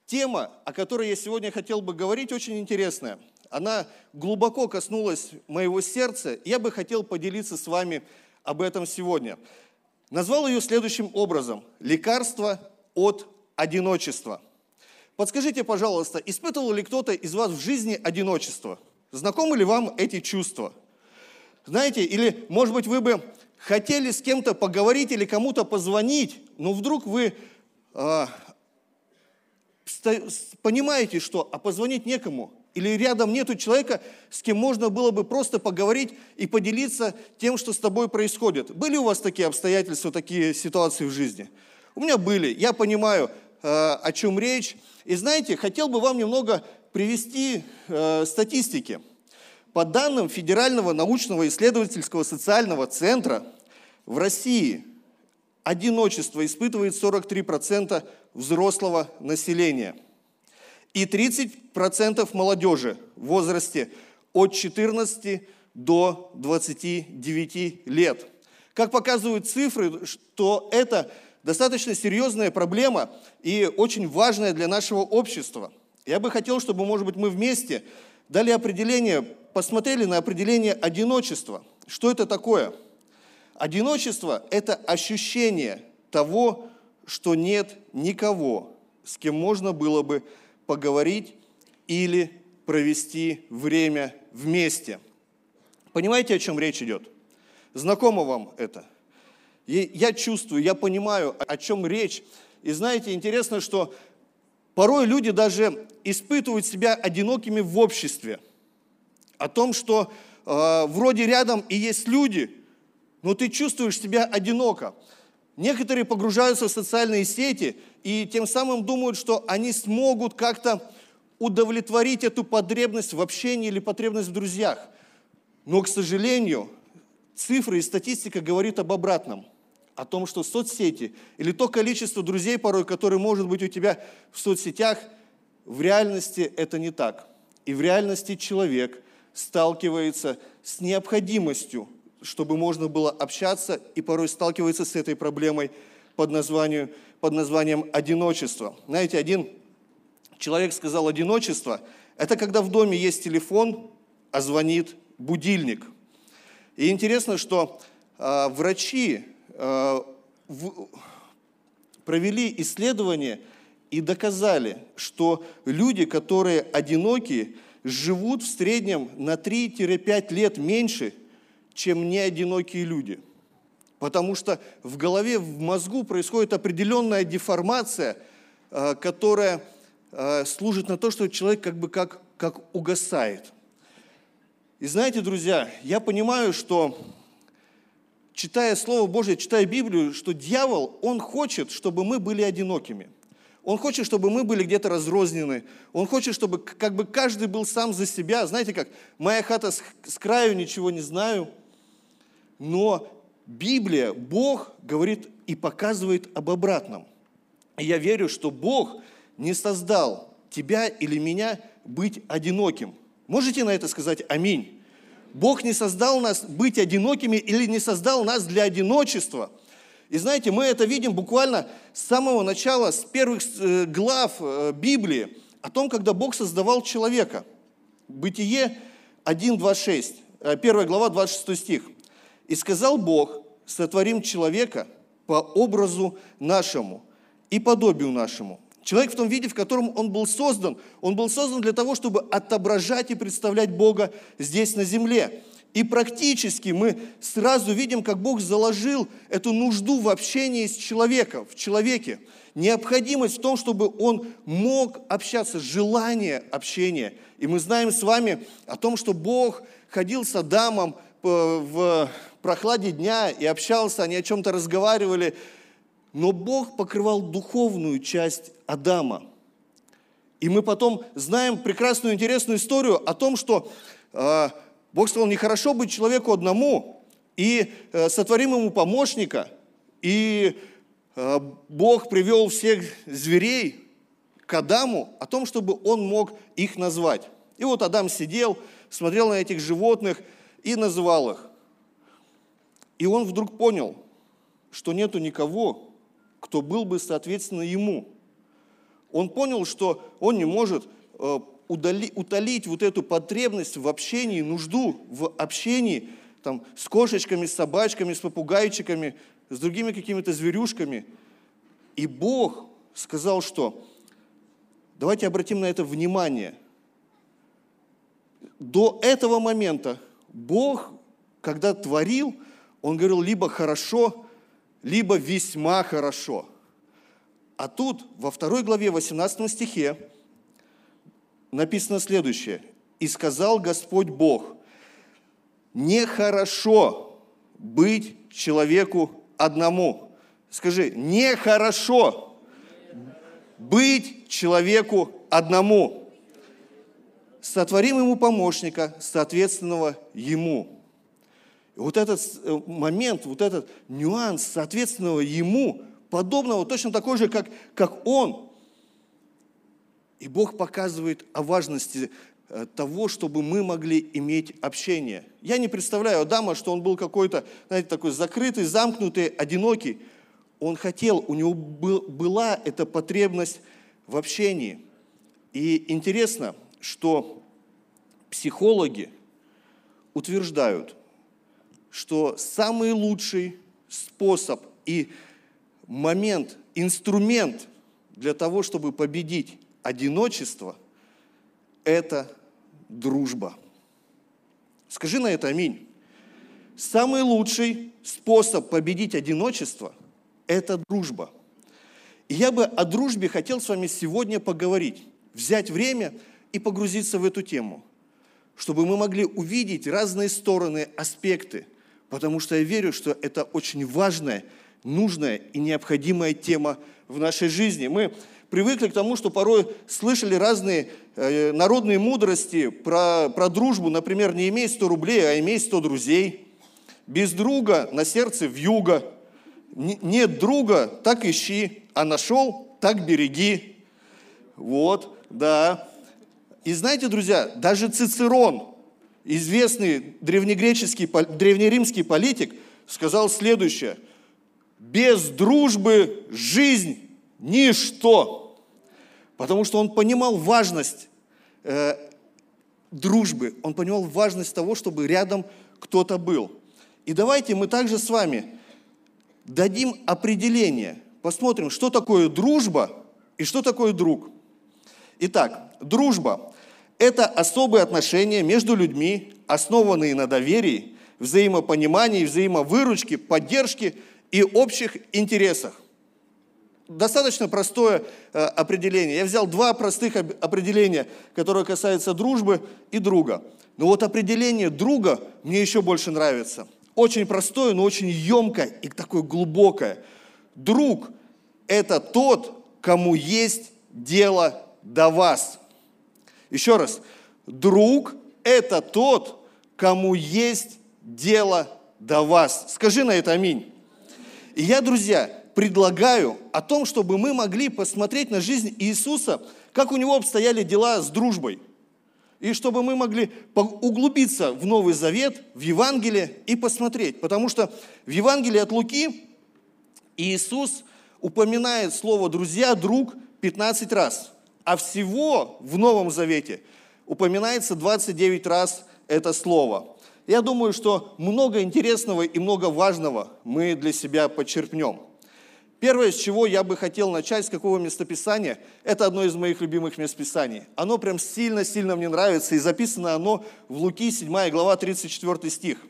Тема, о которой я сегодня хотел бы говорить, очень интересная. Она глубоко коснулась моего сердца, и я бы хотел поделиться с вами об этом сегодня. Назвал ее следующим образом: «Лекарство от одиночества». Подскажите, пожалуйста, испытывал ли кто-то из вас в жизни одиночество? Знакомы ли вам эти чувства? Знаете, или, может быть, вы бы хотели с кем-то поговорить или кому-то позвонить, но вдруг вы понимаете, что позвонить некому, или рядом нету человека, с кем можно было бы просто поговорить и поделиться тем, что с тобой происходит. Были у вас такие обстоятельства, такие ситуации в жизни? У меня были. Я понимаю, о чем речь. И знаете, хотел бы вам немного привести статистики. По данным Федерального научного исследовательского социального центра, в России одиночество испытывает 43% взрослого населения и 30% молодежи в возрасте от 14 до 29 лет. Как показывают цифры, что это достаточно серьезная проблема и очень важная для нашего общества. Я бы хотел, чтобы, может быть, мы вместе дали определение, посмотрели на определение одиночества. Что это такое? Одиночество – это ощущение того, что нет никого, с кем можно было бы поговорить или провести время вместе. Понимаете, о чем речь идет? Знакомо вам это? Я чувствую, я понимаю, о чем речь. И знаете, интересно, что порой люди даже испытывают себя одинокими в обществе. О том, что вроде рядом и есть люди, но ты чувствуешь себя одиноко. Некоторые погружаются в социальные сети и тем самым думают, что они смогут как-то удовлетворить эту потребность в общении или потребность в друзьях. Но, к сожалению, цифры и статистика говорит об обратном. О том, что соцсети или то количество друзей порой, которые может быть у тебя в соцсетях, в реальности это не так. И в реальности человек сталкивается с необходимостью, чтобы можно было общаться, и порой сталкивается с этой проблемой под названием одиночество. Знаете, один человек сказал: одиночество – это когда в доме есть телефон, а звонит будильник. И интересно, что врачи провели исследование и доказали, что люди, которые одиноки, живут в среднем на 3-5 лет меньше, чем неодинокие люди. Потому что в голове, в мозгу происходит определенная деформация, которая служит на то, что человек как угасает. И знаете, друзья, я понимаю, что, читая Слово Божье, читая Библию, что дьявол, он хочет, чтобы мы были одинокими. Он хочет, чтобы мы были где-то разрознены. Он хочет, чтобы каждый был сам за себя. Знаете как, моя хата с краю, ничего не знаю. Но Библия, Бог говорит и показывает об обратном. И я верю, что Бог не создал тебя или меня быть одиноким. Можете на это сказать аминь? Бог не создал нас быть одинокими или не создал нас для одиночества. И знаете, мы это видим буквально с самого начала, с первых глав Библии, о том, когда Бог создавал человека. Бытие 1:26, 1 глава, 26 стих. «И сказал Бог: сотворим человека по образу нашему и подобию нашему». Человек в том виде, в котором он был создан для того, чтобы отображать и представлять Бога здесь на земле. И практически мы сразу видим, как Бог заложил эту нужду в общении с человеком, в человеке. Необходимость в том, чтобы он мог общаться, желание общения. И мы знаем с вами о том, что Бог ходил с Адамом в прохладе дня и общался, они о чем-то разговаривали. Но Бог покрывал духовную часть Адама. И мы потом знаем прекрасную, интересную историю о том, что Бог сказал: нехорошо быть человеку одному, и сотворим ему помощника. И Бог привел всех зверей к Адаму о том, чтобы он мог их назвать. И вот Адам сидел, смотрел на этих животных и называл их. И он вдруг понял, что нету никого, кто был бы соответственно ему. Он понял, что он не может утолить вот эту потребность в общении, нужду в общении там, с кошечками, с собачками, с попугайчиками, с другими какими-то зверюшками. И Бог сказал, что давайте обратим на это внимание. До этого момента Бог, когда творил, Он говорил либо хорошо, либо весьма хорошо. А тут во 2 главе 18 стихе написано следующее. «И сказал Господь Бог, нехорошо быть человеку одному». Скажи, нехорошо быть человеку одному. Сотворим ему помощника, соответственного ему. И вот этот момент, вот этот нюанс соответственного ему, подобного, точно такой же, как он. И Бог показывает о важности того, чтобы мы могли иметь общение. Я не представляю Адама, что он был какой-то, знаете, такой закрытый, замкнутый, одинокий. Он хотел, у него была эта потребность в общении. И интересно, что психологи утверждают, что самый лучший способ и момент, инструмент для того, чтобы победить одиночество, это дружба. Скажи на это аминь. Самый лучший способ победить одиночество – это дружба. И я бы о дружбе хотел с вами сегодня поговорить, взять время и погрузиться в эту тему, чтобы мы могли увидеть разные стороны, аспекты, потому что я верю, что это очень важная, нужная и необходимая тема в нашей жизни. Мы привыкли к тому, что порой слышали разные народные мудрости про дружбу. Например, не имей 100 рублей, а имей 100 друзей. Без друга на сердце вьюга. Нет друга, так ищи, а нашел, так береги. Вот, да. И знаете, друзья, даже Цицерон, известный древнеримский политик, сказал следующее: без дружбы жизнь ничто. Потому что он понимал важность дружбы, он понимал важность того, чтобы рядом кто-то был. И давайте мы также с вами дадим определение, посмотрим, что такое дружба и что такое друг. Итак, дружба – это особые отношения между людьми, основанные на доверии, взаимопонимании, взаимовыручке, поддержке и общих интересах. Достаточно простое определение. Я взял 2 простых определения, которые касаются дружбы и друга. Но вот определение друга мне еще больше нравится. Очень простое, но очень емкое и такое глубокое. Друг – это тот, кому есть дело до вас. Еще раз. Друг – это тот, кому есть дело до вас. Скажи на это аминь. И я, друзья, предлагаю о том, чтобы мы могли посмотреть на жизнь Иисуса, как у него обстояли дела с дружбой. И чтобы мы могли углубиться в Новый Завет, в Евангелие и посмотреть. Потому что в Евангелии от Луки Иисус упоминает слово «друзья», «друг» 15 раз. А всего в Новом Завете упоминается 29 раз это слово. Я думаю, что много интересного и много важного мы для себя подчерпнем. Первое, с чего я бы хотел начать, с какого местописания, это одно из моих любимых местописаний. Оно прям сильно-сильно мне нравится, и записано оно в Луки, 7 глава, 34 стих.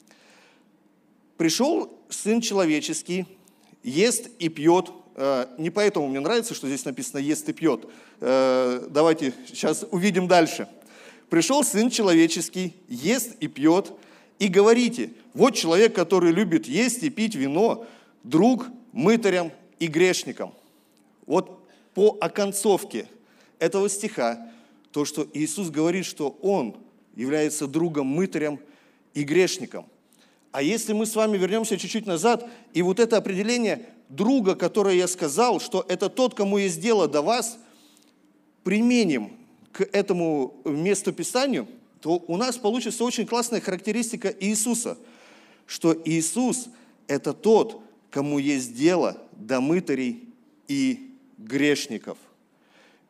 «Пришел Сын Человеческий, ест и пьет». Не поэтому мне нравится, что здесь написано «ест и пьет». Давайте сейчас увидим дальше. «Пришел Сын Человеческий, ест и пьет, и говорите, вот человек, который любит есть и пить вино, друг мытарям и грешникам». Вот по оконцовке этого стиха, то, что Иисус говорит, что Он является другом мытарям и грешникам. А если мы с вами вернемся чуть-чуть назад, и вот это определение друга, которое я сказал, что это тот, кому есть дело до вас, применим к этому местописанию, то у нас получится очень классная характеристика Иисуса, что Иисус – это тот, кому есть дело до мытарей и грешников.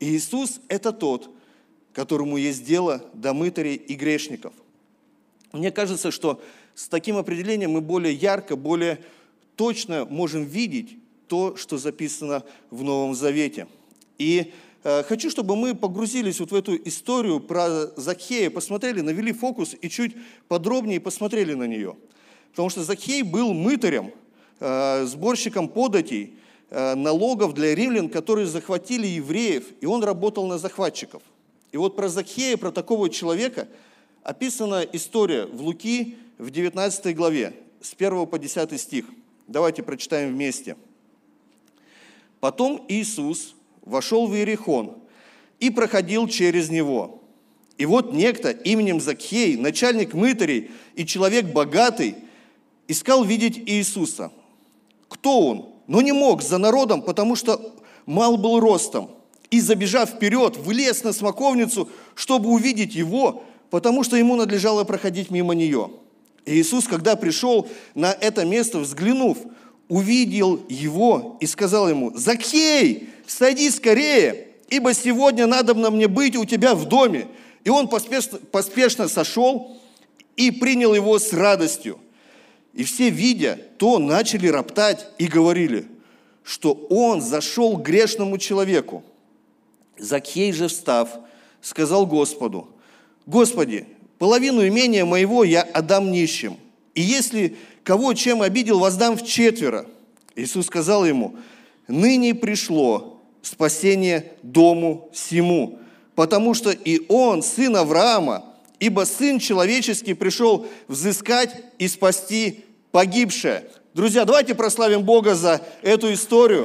И Иисус – это тот, которому есть дело до мытарей и грешников. Мне кажется, что с таким определением мы более ярко, более точно можем видеть то, что записано в Новом Завете. И хочу, чтобы мы погрузились вот в эту историю про Закхея, посмотрели, навели фокус и чуть подробнее посмотрели на нее. Потому что Закхей был мытарем, сборщиком податей, налогов для римлян, которые захватили евреев, и он работал на захватчиков. И вот про Закхея, про такого человека описана история в Луки в 19 главе, с 1 по 10 стих. Давайте прочитаем вместе. «Потом Иисус вошел в Иерихон и проходил через него. И вот некто именем Закхей, начальник мытарей и человек богатый, искал видеть Иисуса. Кто он? Но не мог за народом, потому что мал был ростом. И, забежав вперед, влез на смоковницу, чтобы увидеть его, потому что ему надлежало проходить мимо нее. И Иисус, когда пришел на это место, взглянув, увидел его и сказал ему: «Закхей, сойди скорее, ибо сегодня надобно мне быть у тебя в доме». И он поспешно сошел и принял его с радостью. И все, видя то, начали роптать и говорили, что он зашел к грешному человеку. Закхей же, встав, сказал Господу: «Господи, половину имения моего я отдам нищим, и если кого чем обидел, воздам вчетверо». Иисус сказал ему: «Ныне пришло спасение дому сему, потому что и он сын Авраама, ибо Сын Человеческий пришел взыскать и спасти погибшее». Друзья, давайте прославим Бога за эту историю,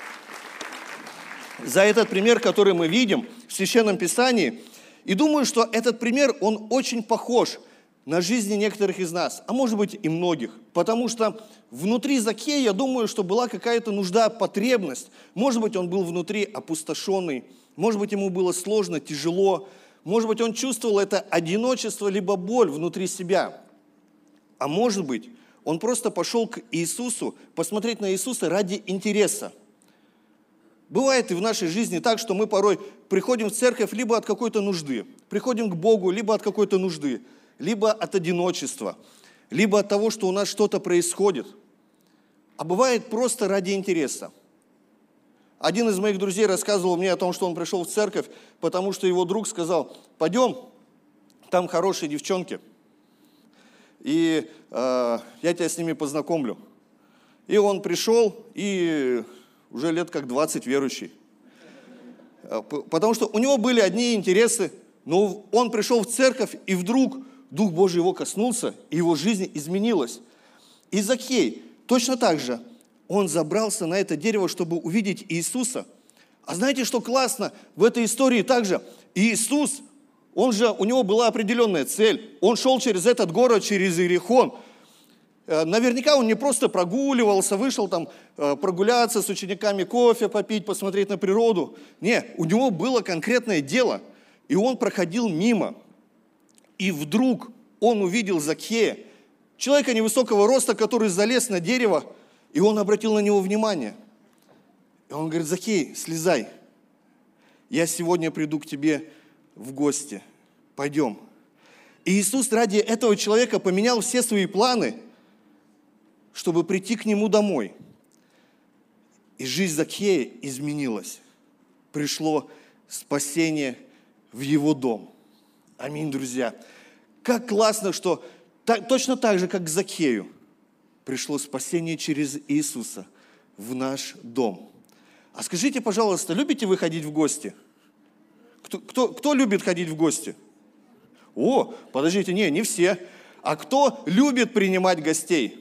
за этот пример, который мы видим в Священном Писании. И думаю, что этот пример, он очень похож на жизни некоторых из нас, а может быть и многих. Потому что внутри Закхея, я думаю, что была какая-то нужда, потребность. Может быть, он был внутри опустошенный, может быть, ему было сложно, тяжело, может быть, он чувствовал это одиночество, либо боль внутри себя. А может быть, он просто пошел к Иисусу, посмотреть на Иисуса ради интереса. Бывает и в нашей жизни так, что мы порой приходим в церковь либо от какой-то нужды, приходим к Богу либо от какой-то нужды, либо от одиночества, либо от того, что у нас что-то происходит. А бывает просто ради интереса. Один из моих друзей рассказывал мне о том, что он пришел в церковь, потому что его друг сказал: «Пойдем, там хорошие девчонки, и я тебя с ними познакомлю». И он пришел, и уже лет как 20 верующий. Потому что у него были одни интересы, но он пришел в церковь, и вдруг Дух Божий его коснулся, и его жизнь изменилась. И Закхей точно так же, он забрался на это дерево, чтобы увидеть Иисуса. А знаете, что классно в этой истории также? Иисус, у него была определенная цель. Он шел через этот город, через Иерихон. Наверняка он не просто прогуливался, вышел там прогуляться с учениками, кофе попить, посмотреть на природу. Не, у него было конкретное дело, и он проходил мимо. И вдруг он увидел Закхея, человека невысокого роста, который залез на дерево, и он обратил на него внимание. И он говорит: «Закхей, слезай, я сегодня приду к тебе в гости, пойдем». И Иисус ради этого человека поменял все свои планы, чтобы прийти к нему домой. И жизнь Закхея изменилась. Пришло спасение в его дом. Аминь, друзья. Как классно, что точно так же, как к Закхею, пришло спасение через Иисуса в наш дом. А скажите, пожалуйста, любите вы ходить в гости? Кто любит ходить в гости? О, подождите, не все. А кто любит принимать гостей?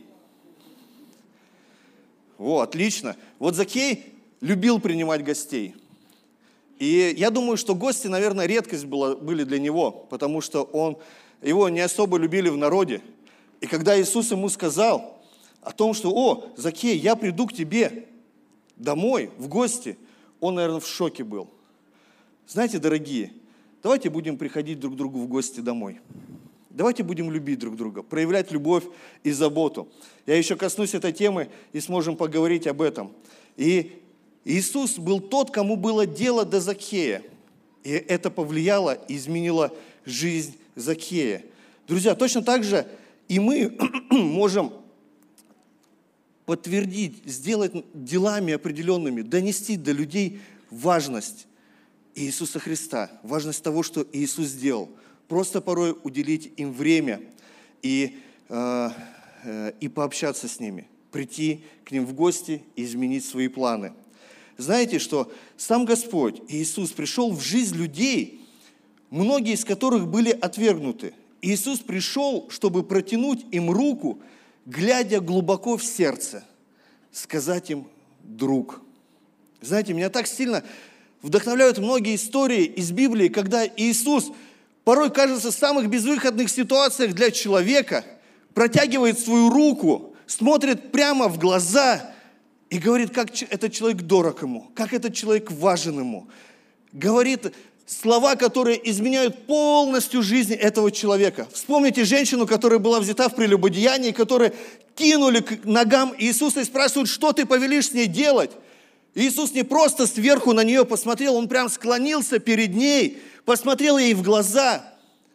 О, отлично. Вот Закхей любил принимать гостей. И я думаю, что гости, наверное, редкость были для него, потому что его не особо любили в народе. И когда Иисус ему сказал о том, что: «О, Закхей, я приду к тебе домой, в гости», он, наверное, в шоке был. Знаете, дорогие, давайте будем приходить друг к другу в гости домой. Давайте будем любить друг друга, проявлять любовь и заботу. Я еще коснусь этой темы и сможем поговорить об этом. И Иисус был тот, кому было дело до Закхея. И это повлияло и изменило жизнь Закхея. Друзья, точно так же и мы можем подтвердить, сделать делами определенными, донести до людей важность Иисуса Христа, важность того, что Иисус сделал. Просто порой уделить им время и пообщаться с ними, прийти к ним в гости и изменить свои планы. Знаете, что сам Господь Иисус пришел в жизнь людей, многие из которых были отвергнуты. Иисус пришел, чтобы протянуть им руку, глядя глубоко в сердце, сказать им: друг. Знаете, меня так сильно вдохновляют многие истории из Библии, когда Иисус порой, кажется, в самых безвыходных ситуациях для человека протягивает свою руку, смотрит прямо в глаза и говорит, как этот человек дорог ему, как этот человек важен ему. Говорит слова, которые изменяют полностью жизнь этого человека. Вспомните женщину, которая была взята в прелюбодеянии, которую кинули к ногам Иисуса и спрашивают, что ты повелишь с ней делать? Иисус не просто сверху на нее посмотрел, Он прям склонился перед ней, посмотрел ей в глаза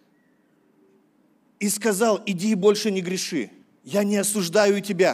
и сказал: иди и больше не греши, я не осуждаю тебя.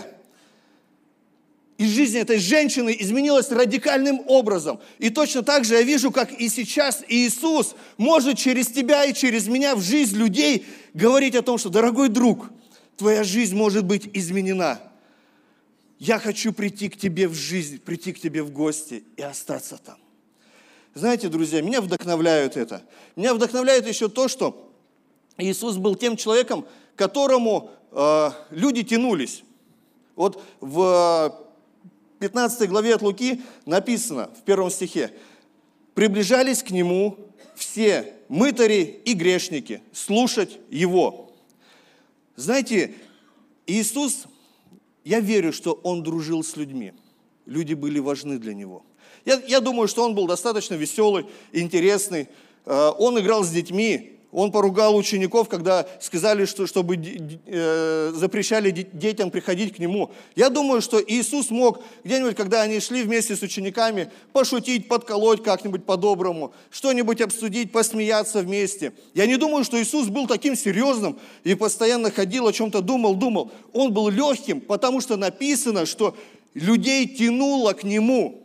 И жизнь этой женщины изменилась радикальным образом. И точно так же я вижу, как и сейчас Иисус может через тебя и через меня в жизнь людей говорить о том, что, дорогой друг, твоя жизнь может быть изменена. Я хочу прийти к тебе в жизнь, прийти к тебе в гости и остаться там. Знаете, друзья, меня вдохновляет это. Меня вдохновляет еще то, что Иисус был тем человеком, к которому люди тянулись. Вот в 15 главе от Луки написано в 1 стихе: «Приближались к Нему все мытари и грешники слушать Его». Знаете, Иисус, я верю, что Он дружил с людьми. Люди были важны для Него. Я думаю, что Он был достаточно веселый, интересный. Он играл с детьми. Он поругал учеников, когда сказали, чтобы запрещали детям приходить к Нему. Я думаю, что Иисус мог где-нибудь, когда они шли вместе с учениками, пошутить, подколоть как-нибудь по-доброму, что-нибудь обсудить, посмеяться вместе. Я не думаю, что Иисус был таким серьезным и постоянно ходил, о чем-то думал. Он был легким, потому что написано, что людей тянуло к Нему.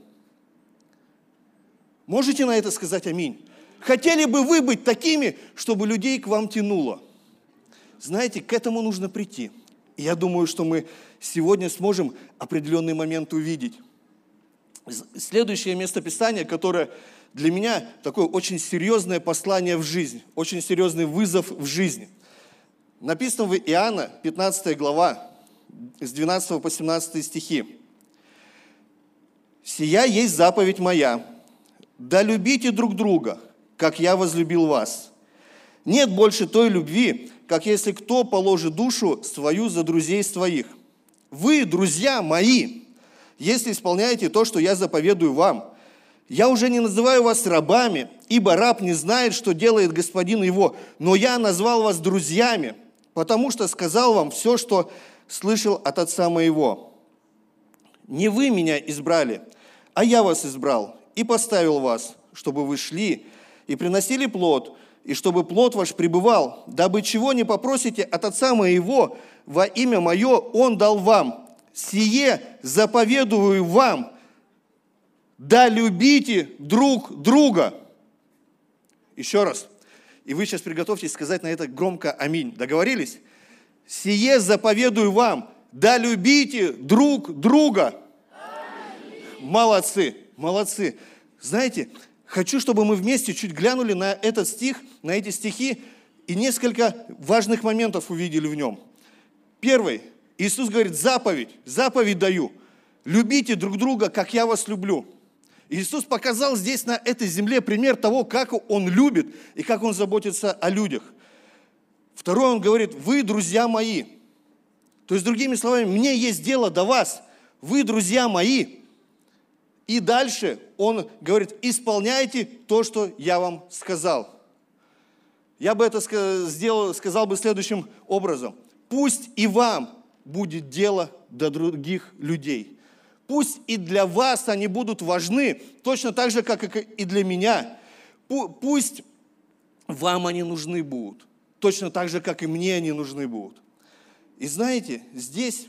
Можете на это сказать аминь? Хотели бы вы быть такими, чтобы людей к вам тянуло? Знаете, к этому нужно прийти. И я думаю, что мы сегодня сможем определенный момент увидеть. Следующее местописание, которое для меня такое очень серьезное послание в жизнь, очень серьезный вызов в жизни. Написано в Иоанна, 15 глава, с 12 по 17 стихи. «Сия есть заповедь моя, да любите друг друга, как я возлюбил вас. Нет больше той любви, как если кто положит душу свою за друзей своих. Вы, друзья мои, если исполняете то, что я заповедую вам. Я уже не называю вас рабами, ибо раб не знает, что делает господин его, но я назвал вас друзьями, потому что сказал вам все, что слышал от Отца моего. Не вы меня избрали, а я вас избрал и поставил вас, чтобы вы шли и приносили плод, и чтобы плод ваш пребывал, дабы чего не попросите от Отца моего во имя мое, Он дал вам. Сие заповедую вам, да любите друг друга». Еще раз. И вы сейчас приготовьтесь сказать на это громко аминь. Договорились? «Сие заповедую вам, да любите друг друга». Молодцы, молодцы. Знаете, хочу, чтобы мы вместе чуть глянули на этот стих, на эти стихи, и несколько важных моментов увидели в нем. Первый. Иисус говорит: заповедь даю. Любите друг друга, как я вас люблю. Иисус показал здесь, на этой земле, пример того, как Он любит и как Он заботится о людях. Второй, Он говорит: вы, друзья мои. То есть, другими словами, мне есть дело до вас. Вы, друзья мои. И дальше Он говорит: исполняйте то, что я вам сказал. Я бы это сказал бы следующим образом. Пусть и вам будет дело до других людей. пусть и для вас они будут важны, точно так же, как и для меня. Пусть вам они нужны будут, точно так же, как и мне они нужны будут. И знаете, здесь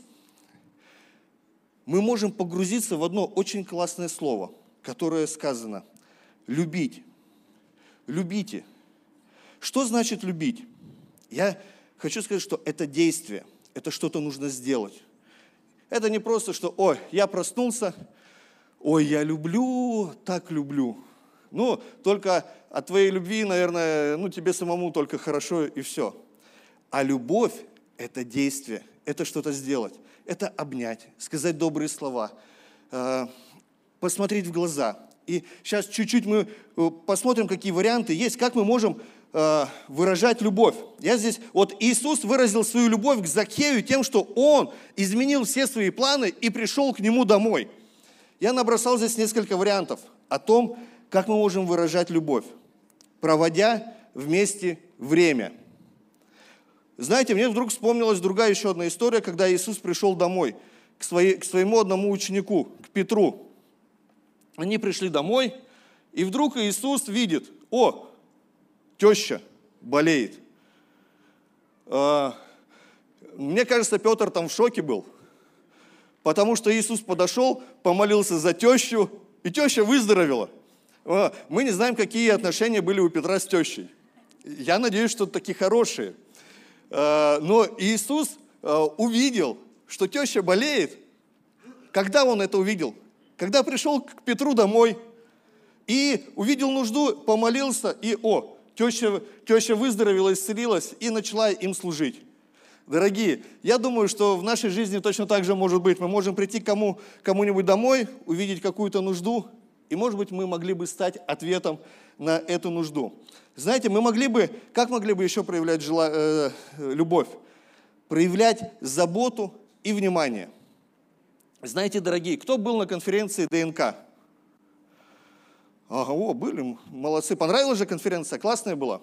мы можем погрузиться в одно очень классное слово, которое сказано – любить. Любите. Что значит любить? Я хочу сказать, что это действие, это что-то нужно сделать. Это не просто, что, ой, я проснулся, ой, я люблю, так люблю. Ну, только от твоей любви, наверное, тебе самому только хорошо и все. А любовь – это действие, это что-то сделать, это обнять, сказать добрые слова, посмотреть в глаза. И сейчас чуть-чуть мы посмотрим, какие варианты есть, как мы можем выражать любовь. Вот Иисус выразил свою любовь к Закхею тем, что Он изменил все свои планы и пришел к Нему домой. Я набросал здесь несколько вариантов о том, как мы можем выражать любовь, проводя вместе время. Знаете, мне вдруг вспомнилась другая еще одна история, когда Иисус пришел домой к своему одному ученику, к Петру. Они пришли домой, и вдруг Иисус видит, теща болеет. Мне кажется, Петр там в шоке был, потому что Иисус подошел, помолился за тещу, и теща выздоровела. Мы не знаем, какие отношения были у Петра с тещей. Я надеюсь, что такие хорошие. Но Иисус увидел, что теща болеет. Когда Он это увидел? Когда пришел к Петру домой и увидел нужду, помолился, и теща выздоровела, исцелилась и начала им служить. Дорогие, я думаю, что в нашей жизни точно так же может быть. Мы можем прийти к кому-нибудь домой, увидеть какую-то нужду, и, может быть, мы могли бы стать ответом на эту нужду. Знаете, как могли бы еще проявлять любовь? Проявлять заботу и внимание. Знаете, дорогие, кто был на конференции ДНК? Были, молодцы. Понравилась же конференция? Классная была?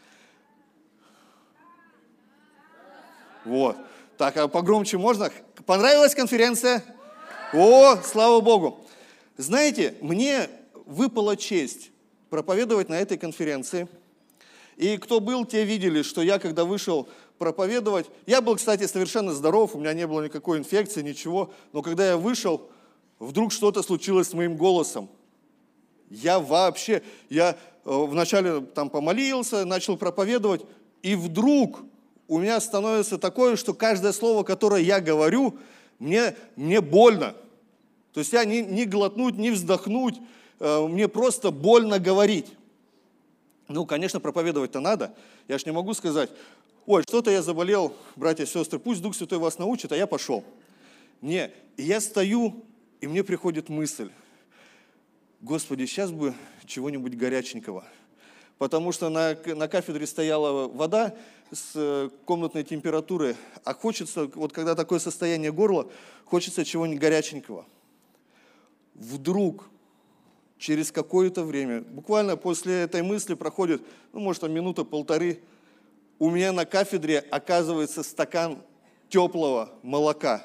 Вот. Так, а погромче можно? Понравилась конференция? Слава Богу. Знаете, мне выпала честь проповедовать на этой конференции. И кто был, те видели, что я, когда вышел проповедовать, я был, кстати, совершенно здоров, у меня не было никакой инфекции, ничего, но когда я вышел, вдруг что-то случилось с моим голосом. Я вначале там помолился, начал проповедовать, и вдруг у меня становится такое, что каждое слово, которое я говорю, мне больно. То есть я не глотнуть, не вздохнуть, мне просто больно говорить. Конечно, проповедовать-то надо. Я ж не могу сказать, что-то я заболел, братья и сестры, пусть Дух Святой вас научит, а я пошел. И я стою, и мне приходит мысль, Господи, сейчас бы чего-нибудь горяченького. Потому что на кафедре стояла вода с комнатной температуры, а хочется, когда такое состояние горла, хочется чего-нибудь горяченького. Вдруг, через какое-то время, буквально после этой мысли проходит, может, минута-полторы, у меня на кафедре оказывается стакан теплого молока.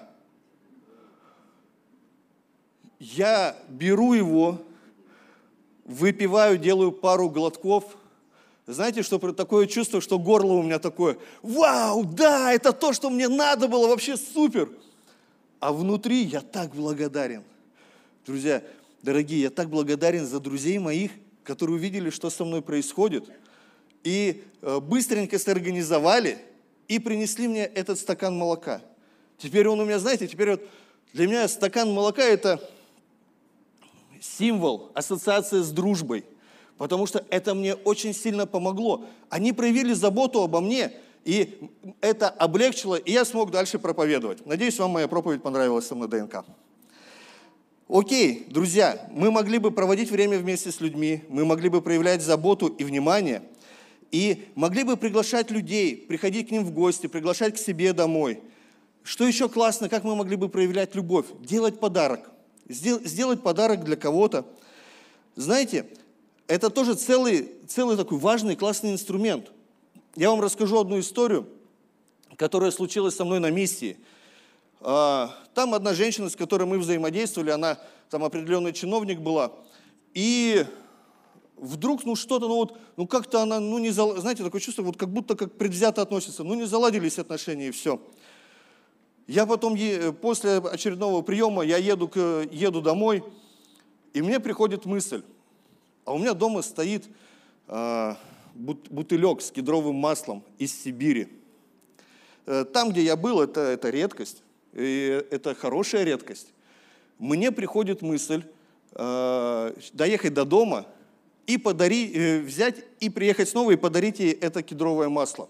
Я беру его, выпиваю, делаю пару глотков. Знаете, что такое чувство, что горло у меня такое, вау, да, это то, что мне надо было, вообще супер. А внутри я так благодарен. Друзья, дорогие, я так благодарен за друзей моих, которые увидели, что со мной происходит, и быстренько сорганизовали и принесли мне этот стакан молока. Теперь он у меня, знаете, для меня стакан молока – это символ, ассоциация с дружбой, потому что это мне очень сильно помогло. Они проявили заботу обо мне, и это облегчило, и я смог дальше проповедовать. Надеюсь, вам моя проповедь понравилась со мной ДНК. Окей, друзья, мы могли бы проводить время вместе с людьми, мы могли бы проявлять заботу и внимание, и могли бы приглашать людей, приходить к ним в гости, приглашать к себе домой. Что еще классно, как мы могли бы проявлять любовь? Делать подарок. Сделать подарок для кого-то. Знаете, это тоже целый такой важный, классный инструмент. Я вам расскажу одну историю, которая случилась со мной на миссии. Там одна женщина, с которой мы взаимодействовали, она там определенный чиновник была, и вдруг, что-то, как-то она, знаете, такое чувство, как будто как предвзято относится, не заладились отношения, и все. Я потом, после очередного приема, я еду домой, и мне приходит мысль, а у меня дома стоит бутылек с кедровым маслом из Сибири. Там, где я был, это редкость, и это хорошая редкость. Мне приходит мысль доехать до дома и взять и приехать снова и подарить ей это кедровое масло.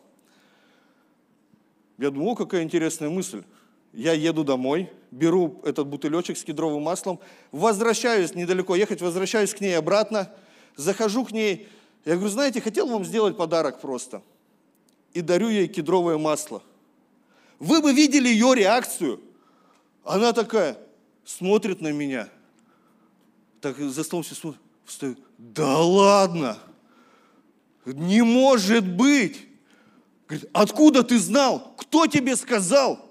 Я думаю, какая интересная мысль. Я еду домой, беру этот бутылечек с кедровым маслом, возвращаюсь, недалеко ехать, возвращаюсь к ней обратно, захожу к ней, я говорю, знаете, хотел вам сделать подарок просто. И дарю ей кедровое масло. Вы бы видели ее реакцию. Она такая, смотрит на меня, так за столом все смотрит, встает, да ладно, не может быть. Говорит, откуда ты знал? Кто тебе сказал?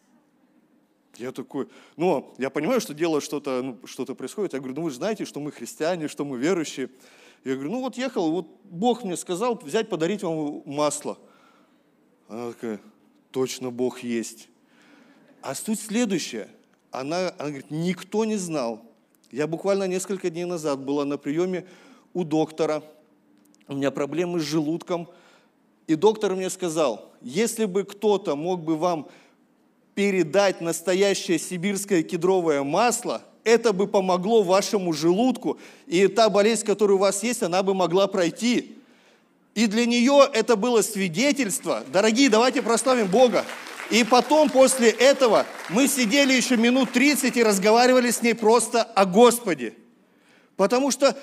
Я такой, я понимаю, что дело что-то происходит. Я говорю, вы же знаете, что мы христиане, что мы верующие. Я говорю, ехал, Бог мне сказал взять, подарить вам масло. Она такая, точно Бог есть. А суть следующая. Она говорит, никто не знал. Я буквально несколько дней назад была на приеме у доктора. У меня проблемы с желудком. И доктор мне сказал, если бы кто-то мог бы вам передать настоящее сибирское кедровое масло, это бы помогло вашему желудку, и та болезнь, которая у вас есть, она бы могла пройти. И для нее это было свидетельство. Дорогие, давайте прославим Бога. И потом, после этого, мы сидели еще минут 30 и разговаривали с ней просто о Господе. Потому что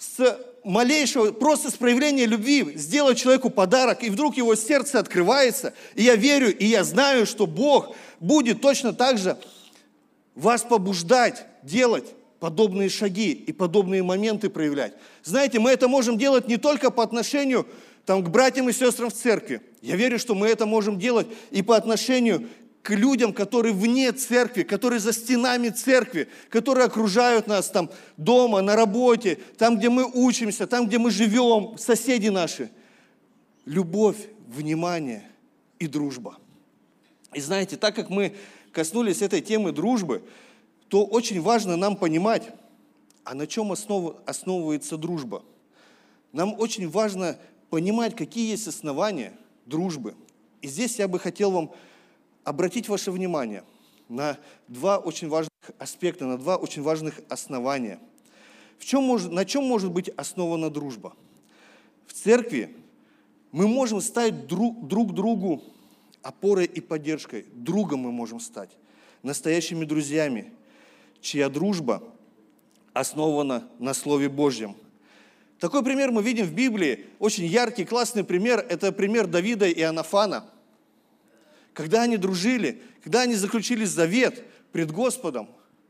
просто с проявления любви сделать человеку подарок, и вдруг его сердце открывается, и я верю, и я знаю, что Бог будет точно так же вас побуждать делать подобные шаги и подобные моменты проявлять. Знаете, мы это можем делать не только по отношению к братьям и сестрам в церкви. Я верю, что мы это можем делать и по отношению к людям, которые вне церкви, которые за стенами церкви, которые окружают нас там дома, на работе, там, где мы учимся, там, где мы живем, соседи наши. Любовь, внимание и дружба. И знаете, так как мы коснулись этой темы дружбы, то очень важно нам понимать, а на чем основывается дружба. Нам очень важно понимать, какие есть основания дружбы. И здесь я бы хотел вам обратить ваше внимание на два очень важных аспекта, на два очень важных основания. На чем может быть основана дружба? В церкви мы можем стать друг другу опорой и поддержкой. Другом мы можем стать, настоящими друзьями, чья дружба основана на Слове Божьем. Такой пример мы видим в Библии, очень яркий, классный пример, это пример Давида и Иоаннафана. Когда они дружили, когда они заключили завет пред Господом,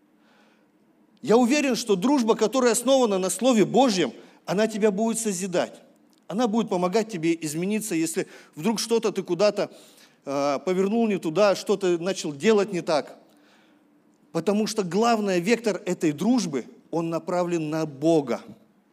я уверен, что дружба, которая основана на Слове Божьем, она тебя будет созидать. Она будет помогать тебе измениться, если вдруг что-то ты куда-то повернул не туда, что-то начал делать не так. Потому что главный вектор этой дружбы, он направлен на Бога.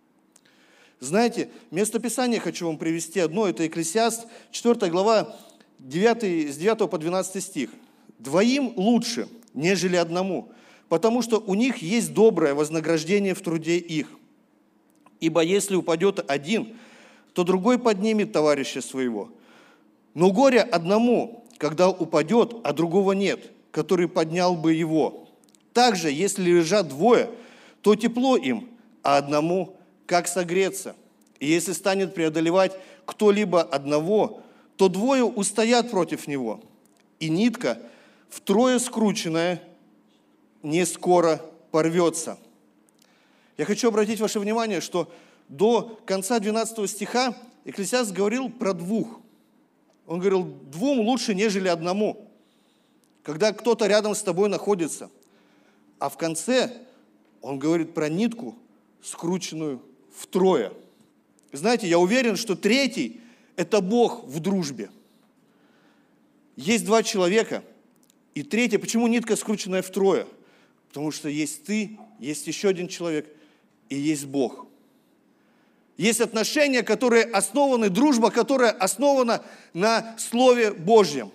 Знаете, местописание хочу вам привести одно, это Екклесиаст, 4 глава, с 9 по 12 стих. «Двоим лучше, нежели одному, потому что у них есть доброе вознаграждение в труде их. Ибо если упадет один, то другой поднимет товарища своего. Но горе одному, когда упадет, а другого нет, который поднял бы его. Также, если лежат двое, то тепло им, а одному как согреться. И если станет преодолевать кто-либо одного, то двое устоят против него. И нитка, втрое скрученная, не скоро порвется». Я хочу обратить ваше внимание, что до конца 12 стиха Екклесиаст говорил про двух. Он говорил, двум лучше, нежели одному, когда кто-то рядом с тобой находится. А в конце он говорит про нитку, скрученную втрое. Знаете, я уверен, что третий – это Бог в дружбе. Есть два человека, И третье, почему нитка скрученная втрое? Потому что есть ты, есть еще один человек и есть Бог. Есть отношения, которые основаны, дружба, которая основана на Слове Божьем.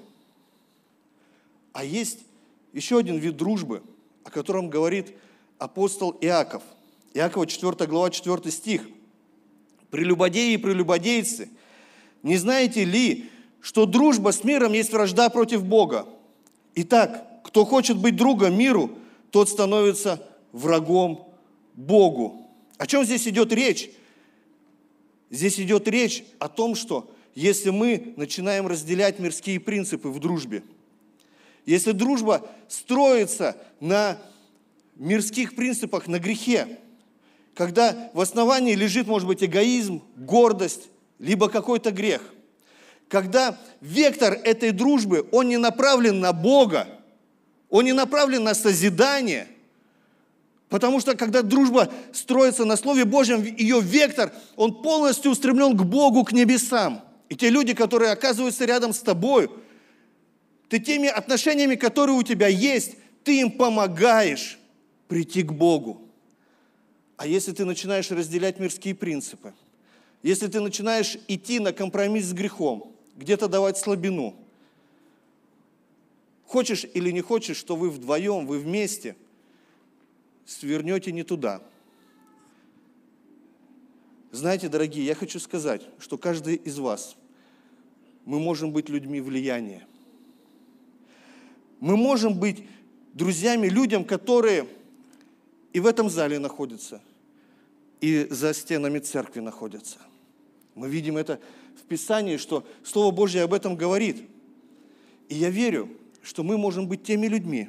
А есть еще один вид дружбы, о котором говорит апостол Иаков. Иакова 4 глава, 4 стих. «Прелюбодеи и прелюбодейцы, не знаете ли, что дружба с миром есть вражда против Бога? Итак, кто хочет быть другом миру, тот становится врагом Богу». О чем здесь идет речь? Здесь идет речь о том, что если мы начинаем разделять мирские принципы в дружбе, если дружба строится на мирских принципах, на грехе, когда в основании лежит, может быть, эгоизм, гордость, либо какой-то грех, когда вектор этой дружбы, он не направлен на Бога, он не направлен на созидание, потому что когда дружба строится на Слове Божьем, ее вектор, он полностью устремлен к Богу, к небесам. И те люди, которые оказываются рядом с тобой, ты теми отношениями, которые у тебя есть, ты им помогаешь прийти к Богу. А если ты начинаешь разделять мирские принципы, если ты начинаешь идти на компромисс с грехом, где-то давать слабину, хочешь или не хочешь, что вы вдвоем, вы вместе свернете не туда. Знаете, дорогие, я хочу сказать, что каждый из вас, мы можем быть людьми влияния. Мы можем быть друзьями людям, которые и в этом зале находятся, и за стенами церкви находятся. Мы видим это в Писании, что Слово Божье об этом говорит. И я верю, что мы можем быть теми людьми,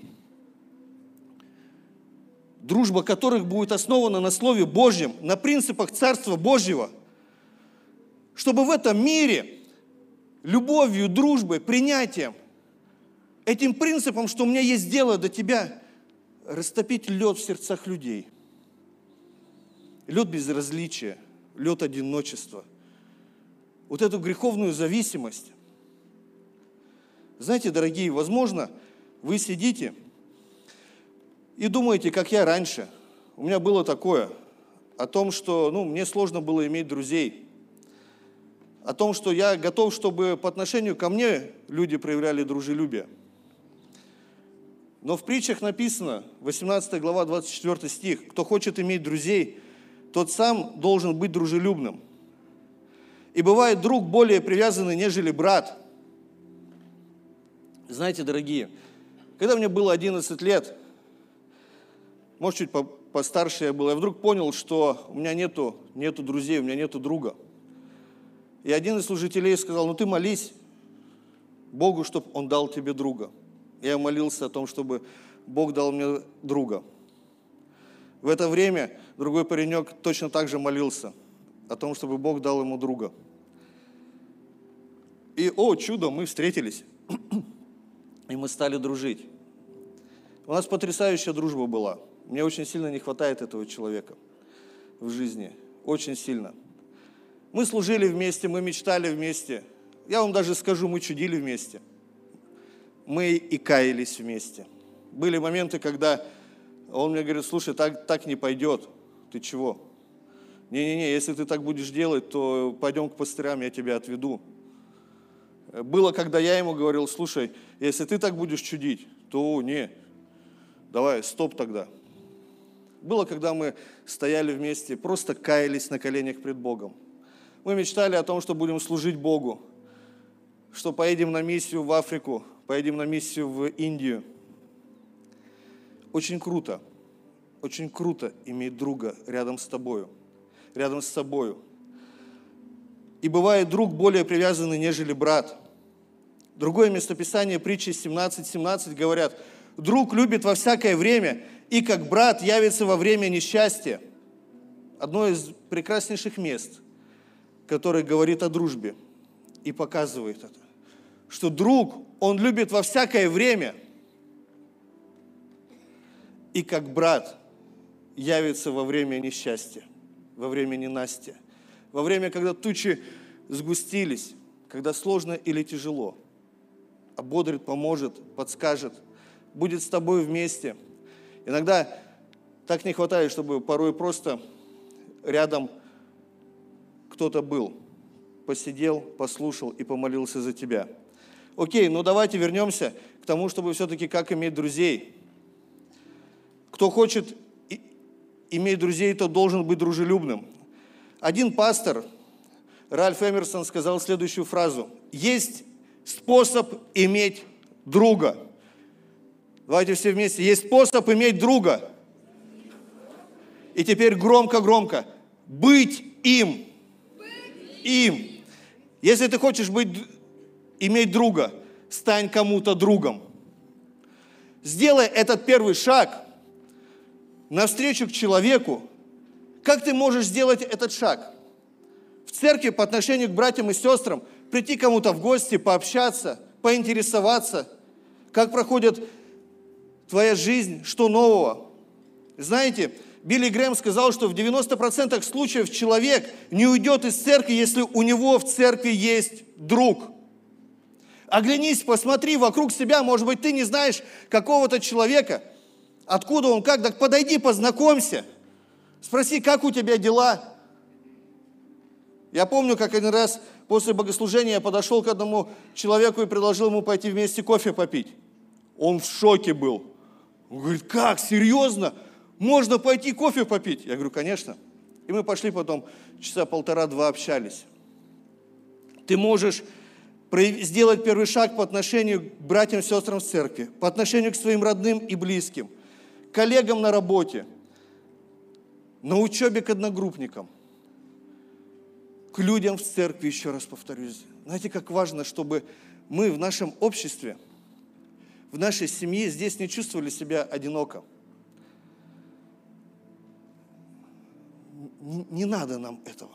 дружба которых будет основана на Слове Божьем, на принципах Царства Божьего, чтобы в этом мире любовью, дружбой, принятием, этим принципом, что у меня есть дело до тебя, растопить лед в сердцах людей. Лед безразличия, лед одиночества. Вот эту греховную зависимость. Знаете, дорогие, возможно, вы сидите и думаете, как я раньше. У меня было такое, о том, что мне сложно было иметь друзей. О том, что я готов, чтобы по отношению ко мне люди проявляли дружелюбие. Но в притчах написано, 18 глава, 24 стих, кто хочет иметь друзей, тот сам должен быть дружелюбным. И бывает друг более привязанный, нежели брат. Знаете, дорогие, когда мне было 11 лет, может, чуть постарше я был, я вдруг понял, что у меня нету друзей, у меня нету друга. И один из служителей сказал, ты молись Богу, чтобы Он дал тебе друга. Я молился о том, чтобы Бог дал мне друга. В это время другой паренек точно так же молился о том, чтобы Бог дал ему друга. И, чудо, мы встретились, и мы стали дружить. У нас потрясающая дружба была. Мне очень сильно не хватает этого человека в жизни, очень сильно. Мы служили вместе, мы мечтали вместе. Я вам даже скажу, мы чудили вместе. Мы и каялись вместе. Были моменты, когда он мне говорит, слушай, так не пойдет. Ты чего? Не-не-не, если ты так будешь делать, то пойдем к пастырям, я тебя отведу. Было, когда я ему говорил, слушай, если ты так будешь чудить, то давай, стоп тогда. Было, когда мы стояли вместе, просто каялись на коленях пред Богом. Мы мечтали о том, что будем служить Богу, что поедем на миссию в Африку, поедем на миссию в Индию. Очень круто иметь друга рядом с тобою, рядом с собою. И бывает друг более привязанный, нежели брат. Другое местописание, притчи 17:17 говорят, друг любит во всякое время, и как брат явится во время несчастья. Одно из прекраснейших мест, которое говорит о дружбе и показывает это. Что друг, он любит во всякое время, и как брат явится во время несчастья, во время ненастья, во время, когда тучи сгустились, когда сложно или тяжело, ободрит, поможет, подскажет, будет с тобой вместе. Иногда так не хватает, чтобы порой просто рядом кто-то был, посидел, послушал и помолился за тебя. Окей, ну давайте вернемся к тому, чтобы все-таки как иметь друзей. Кто хочет иметь друзей, то должен быть дружелюбным. Один пастор, Ральф Эмерсон, сказал следующую фразу: «Есть способ иметь друга». Давайте все вместе. Есть способ иметь друга. И теперь громко-громко. Быть им. Им. Если ты хочешь иметь друга, стань кому-то другом. Сделай этот первый шаг навстречу к человеку. Как ты можешь сделать этот шаг? В церкви по отношению к братьям и сестрам прийти кому-то в гости, пообщаться, поинтересоваться, как проходит твоя жизнь, что нового. Знаете, Билли Грэм сказал, что в 90% случаев человек не уйдет из церкви, если у него в церкви есть друг. Оглянись, посмотри вокруг себя, может быть, ты не знаешь какого-то человека, откуда он, как, так подойди, познакомься, спроси, как у тебя дела. Я помню, как один раз после богослужения я подошел к одному человеку и предложил ему пойти вместе кофе попить. Он в шоке был. Он говорит: как, серьезно? Можно пойти кофе попить? Я говорю: конечно. И мы пошли потом, часа полтора-два общались. Ты можешь сделать первый шаг по отношению к братьям и сестрам в церкви, по отношению к своим родным и близким, коллегам на работе, на учебе к одногруппникам, к людям в церкви, еще раз повторюсь. Знаете, как важно, чтобы мы в нашем обществе, в нашей семье здесь не чувствовали себя одиноко. Не надо нам этого.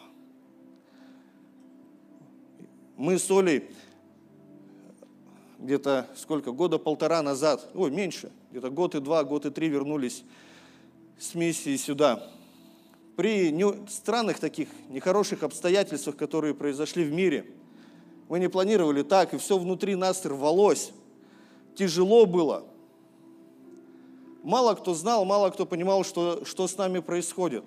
Мы с Олей где-то года полтора назад, меньше, где-то год и два, год и три вернулись с миссии сюда. При странных таких, нехороших обстоятельствах, которые произошли в мире, мы не планировали так, и все внутри нас рвалось. Тяжело было. Мало кто знал, мало кто понимал, что с нами происходит.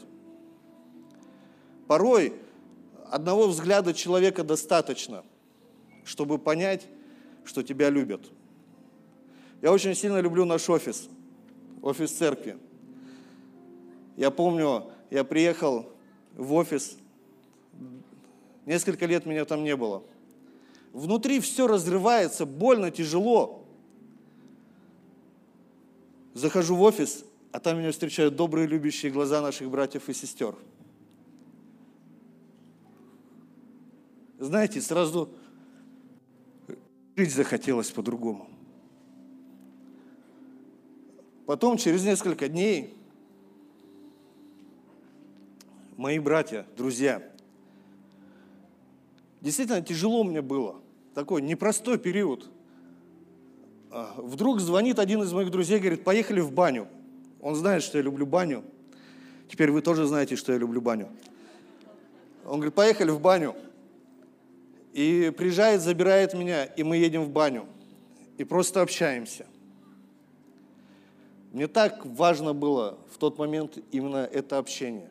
Порой одного взгляда человека достаточно, чтобы понять, что тебя любят. Я очень сильно люблю наш офис церкви. Я помню, я приехал в офис, несколько лет меня там не было. Внутри все разрывается, больно, тяжело. Захожу в офис, а там меня встречают добрые, любящие глаза наших братьев и сестер. Знаете, сразу жить захотелось по-другому. Потом, через несколько дней, мои братья, друзья, действительно тяжело мне было. Такой непростой период. Вдруг звонит один из моих друзей, говорит: поехали в баню. Он знает, что я люблю баню. Теперь вы тоже знаете, что я люблю баню. Он говорит: поехали в баню. И приезжает, забирает меня, и мы едем в баню. И просто общаемся. Мне так важно было в тот момент именно это общение.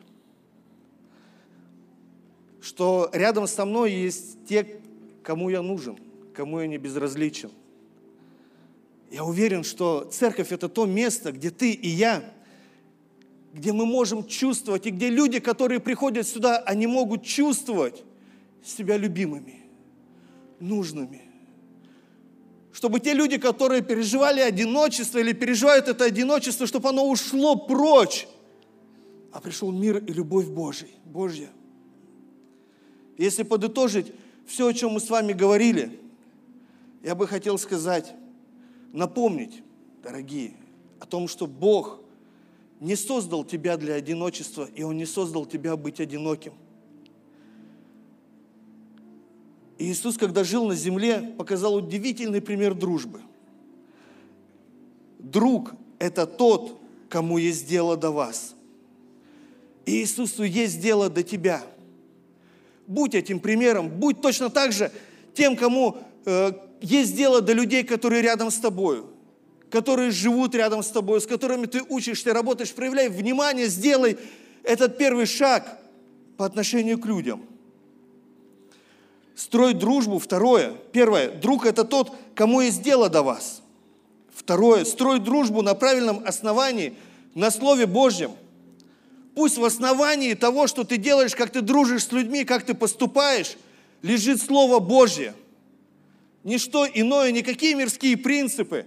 Что рядом со мной есть те, кому я нужен, кому я не безразличен. Я уверен, что церковь – это то место, где ты и я, где мы можем чувствовать, и где люди, которые приходят сюда, они могут чувствовать себя любимыми, нужными. Чтобы те люди, которые переживали одиночество или переживают это одиночество, чтобы оно ушло прочь, а пришел мир и любовь Божья. Если подытожить все, о чем мы с вами говорили, я бы хотел сказать, напомнить, дорогие, о том, что Бог не создал тебя для одиночества, и Он не создал тебя быть одиноким. И Иисус, когда жил на земле, показал удивительный пример дружбы. Друг – это тот, кому есть дело до вас. И Иисусу есть дело до тебя. Будь этим примером, будь точно так же тем, кому есть дело до людей, которые рядом с тобою. которые живут рядом с тобой, с которыми ты учишься, работаешь, проявляй внимание, сделай этот первый шаг по отношению к людям. Строй дружбу. Второе. Первое. Друг – это тот, кому есть дело до вас. Второе. Строй дружбу на правильном основании, на Слове Божьем. Пусть в основании того, что ты делаешь, как ты дружишь с людьми, как ты поступаешь, лежит Слово Божье. Ничто иное, никакие мирские принципы.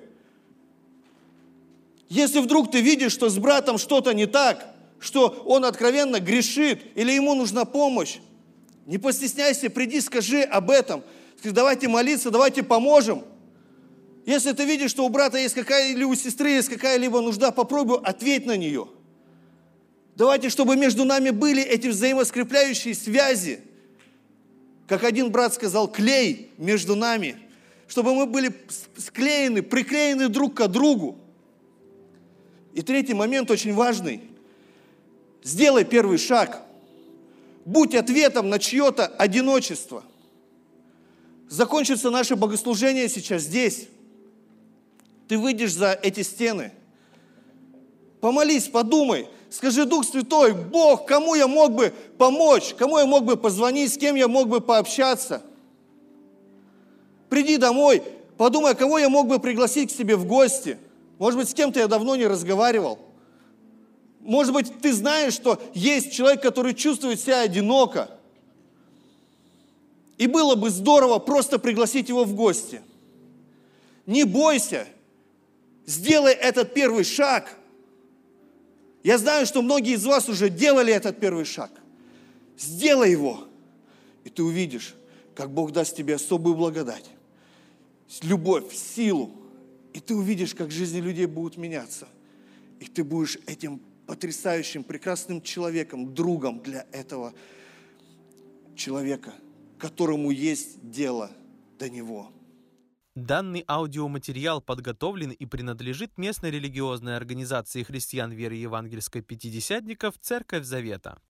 Если вдруг ты видишь, что с братом что-то не так, что он откровенно грешит или ему нужна помощь, не постесняйся, приди, скажи об этом. Скажи, давайте молиться, давайте поможем. Если ты видишь, что у брата есть или у сестры есть какая-либо нужда, попробуй ответь на нее. Давайте, чтобы между нами были эти взаимоскрепляющие связи. Как один брат сказал, клей между нами. Чтобы мы были склеены, приклеены друг к другу. И третий момент очень важный. Сделай первый шаг. Будь ответом на чье-то одиночество. Закончится наше богослужение сейчас здесь. Ты выйдешь за эти стены. Помолись, подумай. Скажи, Дух Святой, Бог, кому я мог бы помочь, кому я мог бы позвонить, с кем я мог бы пообщаться. Приди домой, подумай, кого я мог бы пригласить к себе в гости. Может быть, с кем-то я давно не разговаривал. Может быть, ты знаешь, что есть человек, который чувствует себя одиноко. И было бы здорово просто пригласить его в гости. Не бойся, сделай этот первый шаг. Я знаю, что многие из вас уже делали этот первый шаг. Сделай его, и ты увидишь, как Бог даст тебе особую благодать, любовь, силу. И ты увидишь, как жизни людей будут меняться. И ты будешь этим потрясающим, прекрасным человеком, другом для этого человека, которому есть дело до него. Данный аудиоматериал подготовлен и принадлежит местной религиозной организации христиан веры евангельской пятидесятников «Церковь Завета».